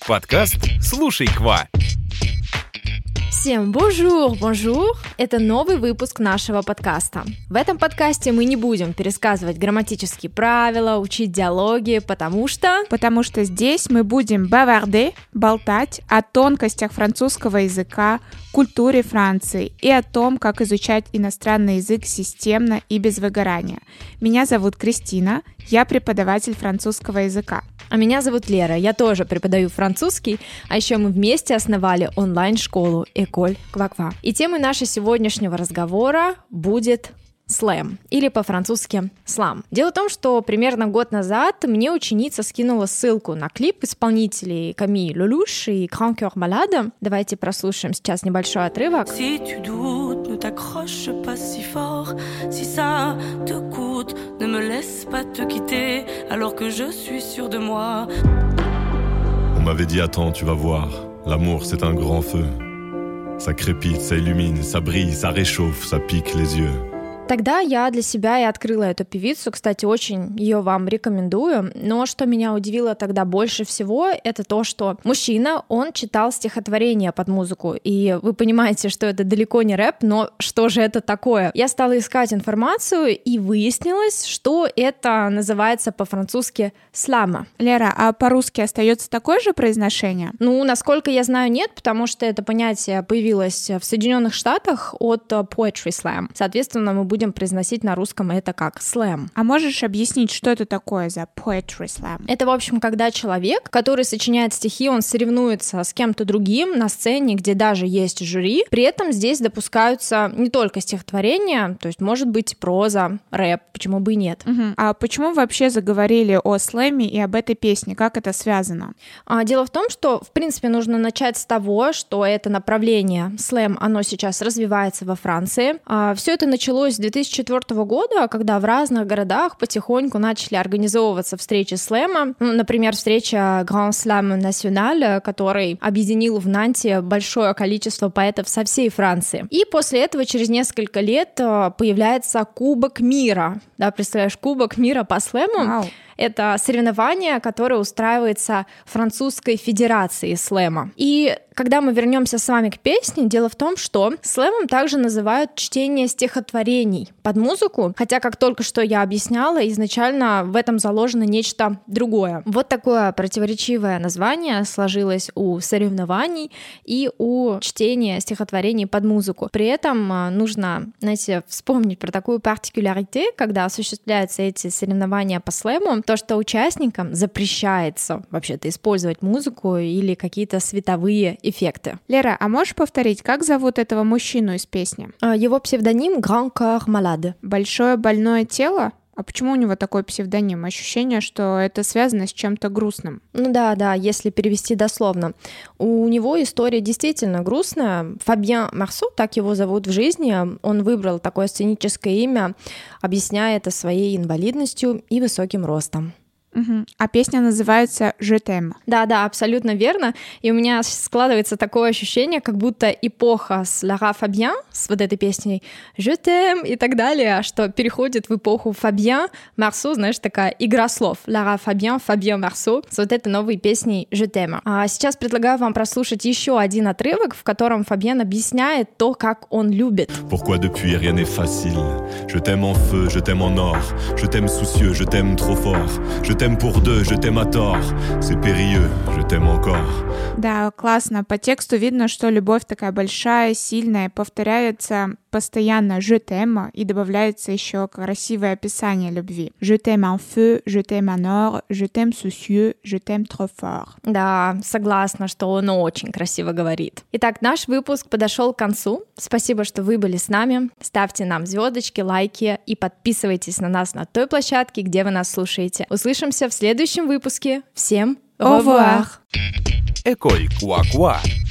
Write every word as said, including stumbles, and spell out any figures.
Подкаст «Слушай, Ква». Всем bonjour, bonjour! Это новый выпуск нашего подкаста. В этом подкасте мы не будем пересказывать грамматические правила, учить диалоги, потому что... Потому что здесь мы будем bavarder, болтать о тонкостях французского языка, культуре Франции и о том, как изучать иностранный язык системно и без выгорания. Меня зовут Кристина, я преподаватель французского языка. А меня зовут Лера, я тоже преподаю французский, а еще мы вместе основали онлайн-школу École Kva-Kva. И темой нашего сегодняшнего разговора будет слэм, или по-французски слам. Дело в том, что примерно год назад мне ученица скинула ссылку на клип исполнителей Camille Lelouch и Grand Cœur Malade. Давайте прослушаем сейчас небольшой отрывок. Si tu doutes, ne t'accroche pas si fort. Si ça te coûte, ne me laisse pas te quitter, alors que je suis sûre de moi. On m'avait dit attends, tu vas voir, l'amour c'est un grand feu. Ça crépite, ça illumine, ça brille, ça réchauffe, ça pique les yeux. Тогда я для себя и открыла эту певицу, кстати, очень ее вам рекомендую, но что меня удивило тогда больше всего, это то, что мужчина, он читал стихотворение под музыку, и вы понимаете, что это далеко не рэп, но что же это такое? Я стала искать информацию, и выяснилось, что это называется по-французски «слама». Лера, а по-русски остается такое же произношение? Ну, насколько я знаю, нет, потому что это понятие появилось в Соединенных Штатах от poetry slam. Соответственно, мы будем будем произносить на русском это как слэм. А можешь объяснить, что это такое за poetry slam? Это, в общем, когда человек, который сочиняет стихи, он соревнуется с кем-то другим на сцене, где даже есть жюри. При этом здесь допускаются не только стихотворения, то есть может быть проза, рэп, почему бы и нет. Угу. А почему вообще заговорили о слэме и об этой песне? Как это связано? А, дело в том, что, в принципе, нужно начать с того, что это направление слэм, оно сейчас развивается во Франции. А, все это началось с две тысячи четвёртого года, когда в разных городах потихоньку начали организовываться встречи слэма. Ну, например, встреча Grand Slam National, который объединил в Нанте большое количество поэтов со всей Франции. И после этого через несколько лет появляется Кубок мира. Да, представляешь, Кубок мира по слэму. Wow. Это соревнование, которое устраивается Французской Федерацией слэма. И когда мы вернемся с вами к песне, дело в том, что слэмом также называют чтение стихотворений под музыку, хотя, как только что я объясняла, изначально в этом заложено нечто другое. Вот такое противоречивое название сложилось у соревнований и у чтения стихотворений под музыку. При этом нужно, знаете, вспомнить про такую particularité, когда осуществляются эти соревнования по слэму, то, что участникам запрещается вообще-то использовать музыку или какие-то световые эффекты. Лера, а можешь повторить, как зовут этого мужчину из песни? Его псевдоним Grand Cœur Malade. Большое больное тело? А почему у него такой псевдоним? Ощущение, что это связано с чем-то грустным. Ну да, да, если перевести дословно. У него история действительно грустная. Фабьен Марсо, так его зовут в жизни, он выбрал такое сценическое имя, объясняя это своей инвалидностью и высоким ростом. Угу. А песня называется «Je t'aime». Да-да, абсолютно верно. И у меня складывается такое ощущение, как будто эпоха с Lara Fabian, с вот этой песней «Je t'aime» и так далее, что переходит в эпоху Фабьен Марсо, знаешь, такая игра слов. Lara Fabian, Фабьен Марсо с вот этой новой песней «Je t'aime». А сейчас предлагаю вам прослушать еще один отрывок, в котором Фабьен объясняет то, как он любит. Pourquoi depuis rien n'est facile? Je t'aime en feu, je t'aime en or. Je t'aime soucieux, je t'aime trop fort. Je t'aime pour deux, je t'aime à tort. C'est périlleux, je t'aime encore. Да, классно. По тексту видно, что любовь такая большая, сильная, повторяется постоянно «je t'aime» и добавляется еще красивое описание любви. «Je t'aime en feu, je t'aime en or, je t'aime soucieux, je t'aime trop fort». Да, согласна, что он очень красиво говорит. Итак, наш выпуск подошел к концу. Спасибо, что вы были с нами. Ставьте нам звездочки, лайки и подписывайтесь на нас на той площадке, где вы нас слушаете. Услышимся в следующем выпуске. Всем au revoir! École Kva-Kva.